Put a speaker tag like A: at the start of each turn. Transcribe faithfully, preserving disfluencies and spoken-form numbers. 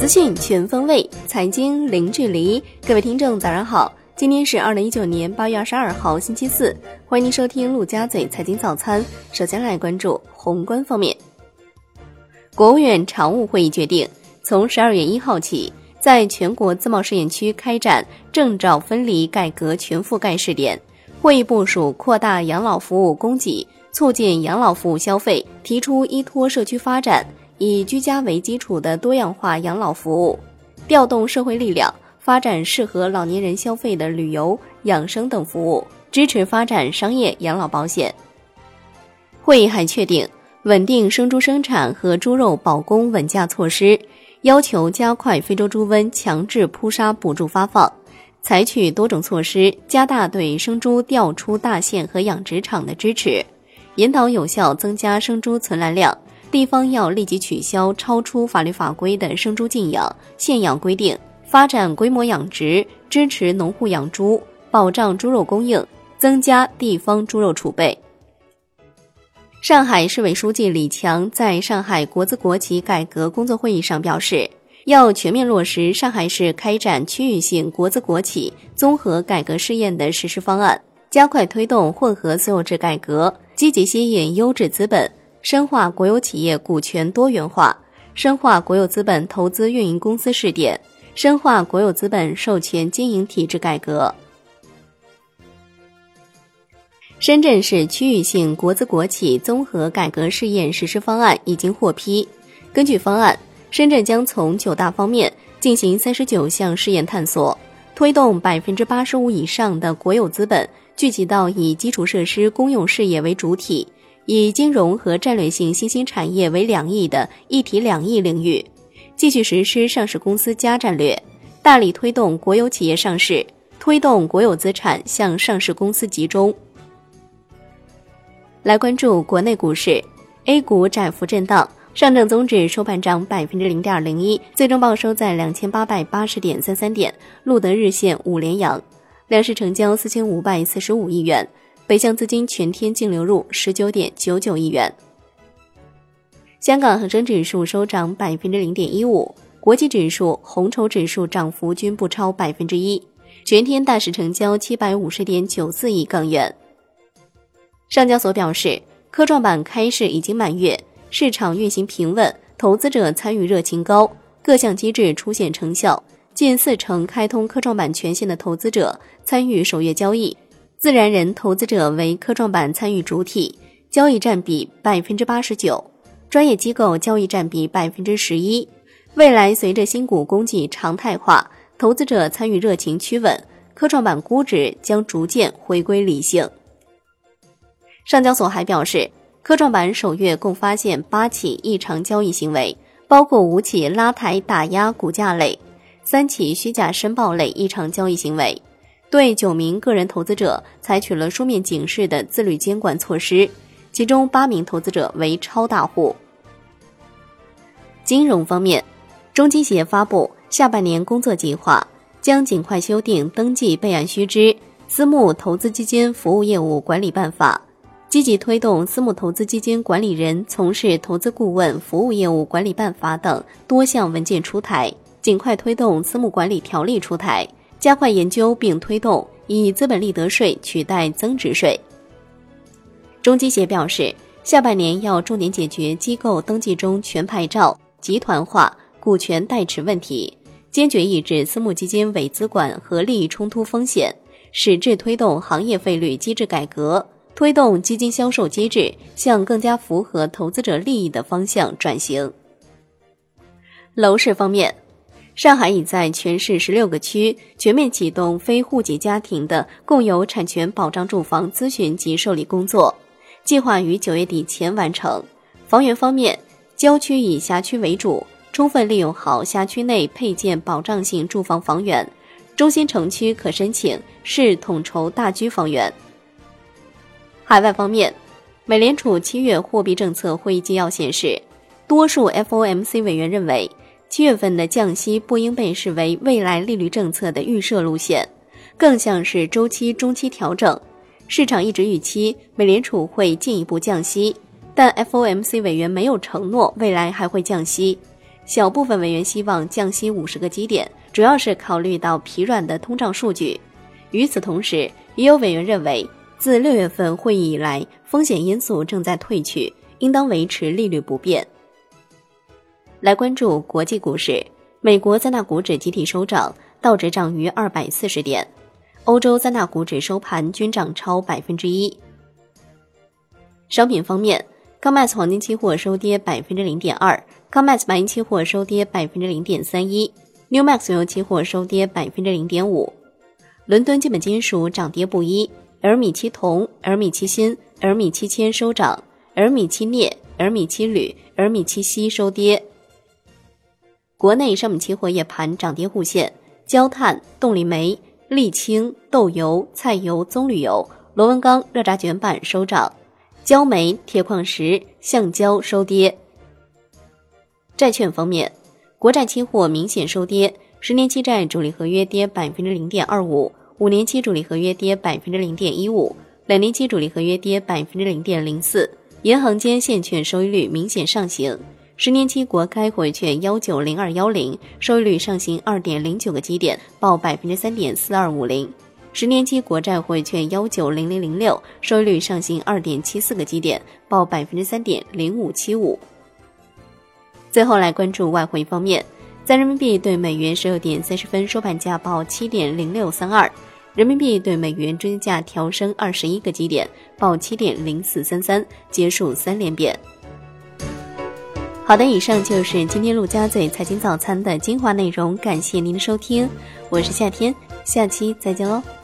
A: 资讯全方位，财经零距离。各位听众早上好，今天是二零一九年八月二十二号星期四，欢迎您收听陆家嘴财经早餐。首先来关注宏观方面。国务院常务会议决定，从十二月一号起，在全国自贸试验区开展证照分离改革全覆盖试点。会议部署扩大养老服务供给，促进养老服务消费，提出依托社区发展，以居家为基础的多样化养老服务，调动社会力量，发展适合老年人消费的旅游、养生等服务，支持发展商业养老保险。会议还确定稳定生猪生产和猪肉保供稳价措施，要求加快非洲猪瘟强制扑杀补助发放，采取多种措施，加大对生猪调出大县和养殖场的支持，引导有效增加生猪存栏量。地方要立即取消超出法律法规的生猪禁养、限养规定，发展规模养殖，支持农户养猪，保障猪肉供应，增加地方猪肉储备。上海市委书记李强在上海国资国企改革工作会议上表示，要全面落实上海市开展区域性国资国企综合改革试验的实施方案，加快推动混合私有制改革，积极吸引优质资本，深化国有企业股权多元化，深化国有资本投资运营公司试点，深化国有资本授权经营体制改革。深圳市区域性国资国企综合改革试验实施方案已经获批。根据方案，深圳将从九大方面进行三十九项试验探索，推动 百分之八十五 以上的国有资本聚集到以基础设施公用事业为主体，以金融和战略性新兴产业为两翼的一体两翼领域，继续实施上市公司加战略，大力推动国有企业上市，推动国有资产向上市公司集中。来关注国内股市 ，A 股窄幅震荡，上证综指收盘涨 百分之零点零一， 最终报收在 两千八百八十点三三点，录得日线五连阳，两市成交四千五百四十五亿元。北向资金全天净流入 十九点九九亿元。香港恒生指数收涨 百分之零点一五， 国际指数、红筹指数涨幅均不超 百分之一， 全天大市成交 七百五十点九四亿港元。上交所表示，科创板开市已经满月，市场运行平稳，投资者参与热情高，各项机制出现成效，近四成开通科创板权限的投资者参与首月交易，自然人投资者为科创板参与主体，交易占比 百分之八十九， 专业机构交易占比 百分之十一。 未来随着新股供给常态化，投资者参与热情趋稳，科创板估值将逐渐回归理性。上交所还表示，科创板首月共发现八起异常交易行为，包括五起拉抬打压股价类，三起虚假申报类异常交易行为，对九名个人投资者采取了书面警示的自律监管措施，其中八名投资者为超大户。金融方面，中基协发布下半年工作计划，将尽快修订登记备案须知、私募投资基金服务业务管理办法，积极推动私募投资基金管理人从事投资顾问服务业务管理办法等多项文件出台，尽快推动私募管理条例出台，加快研究并推动以资本利得税取代增值税。中基协表示，下半年要重点解决机构登记中全牌照、集团化、股权代持问题，坚决抑制私募基金伪资管和利益冲突风险，矢志推动行业费率机制改革，推动基金销售机制向更加符合投资者利益的方向转型。楼市方面，上海已在全市十六个区全面启动非户籍家庭的共有产权保障住房咨询及受理工作，计划于九月底前完成。房源方面，郊区以辖区为主，充分利用好辖区内配建保障性住房房源，中心城区可申请市统筹大居房源。海外方面，美联储七月货币政策会议纪要显示，多数 F O M C 委员认为，七月份的降息不应被视为未来利率政策的预设路线，更像是周期中期调整。市场一直预期美联储会进一步降息，但 F O M C 委员没有承诺未来还会降息。 小部分委员希望降息五十个基点，主要是考虑到疲软的通胀数据。与此同时，也有委员认为，自六月份会议以来，风险因素正在退去，应当维持利率不变。来关注国际股市，美国三大股指集体收涨，道指涨逾二百四十点，欧洲三大股指收盘均涨超百分之一。商品方面，C O M E X 黄金期货收跌百分之零点二 ，C O M E X 白银期货收跌百分之零点三一 ，New Max 原油期货收跌百分之零点五。伦敦基本金属涨跌不一，尔米期铜、尔米期锌、尔米期铅收涨，尔米期镍、尔米期铝、尔米期锡收跌。国内商品期货夜盘涨跌互现，焦炭、动力煤、沥青、豆油、菜油、棕榈油、螺纹钢、热轧卷板收涨，焦煤、铁矿石、橡胶收跌。债券方面，国债期货明显收跌，十年期债主力合约跌百分之零点二五，五年期主力合约跌百分之零点一五，两年期主力合约跌百分之零点零四。银行间现券收益率明显上行，十年期国开活跃券幺九零二一零收益率上行二点零九个基点，报百分之三点四二五零。十年期国债活跃券幺九零零零六收益率上行二点七四个基点，报百分之三点零五七五。最后来关注外汇方面，在人民币对美元十六点三十分收盘价报七点零六三二，人民币对美元中间价调升二十一个基点，报七点零四三三，结束三连贬。好的，以上就是今天陆家嘴财经早餐的精华内容，感谢您的收听，我是夏天，下期再见喽。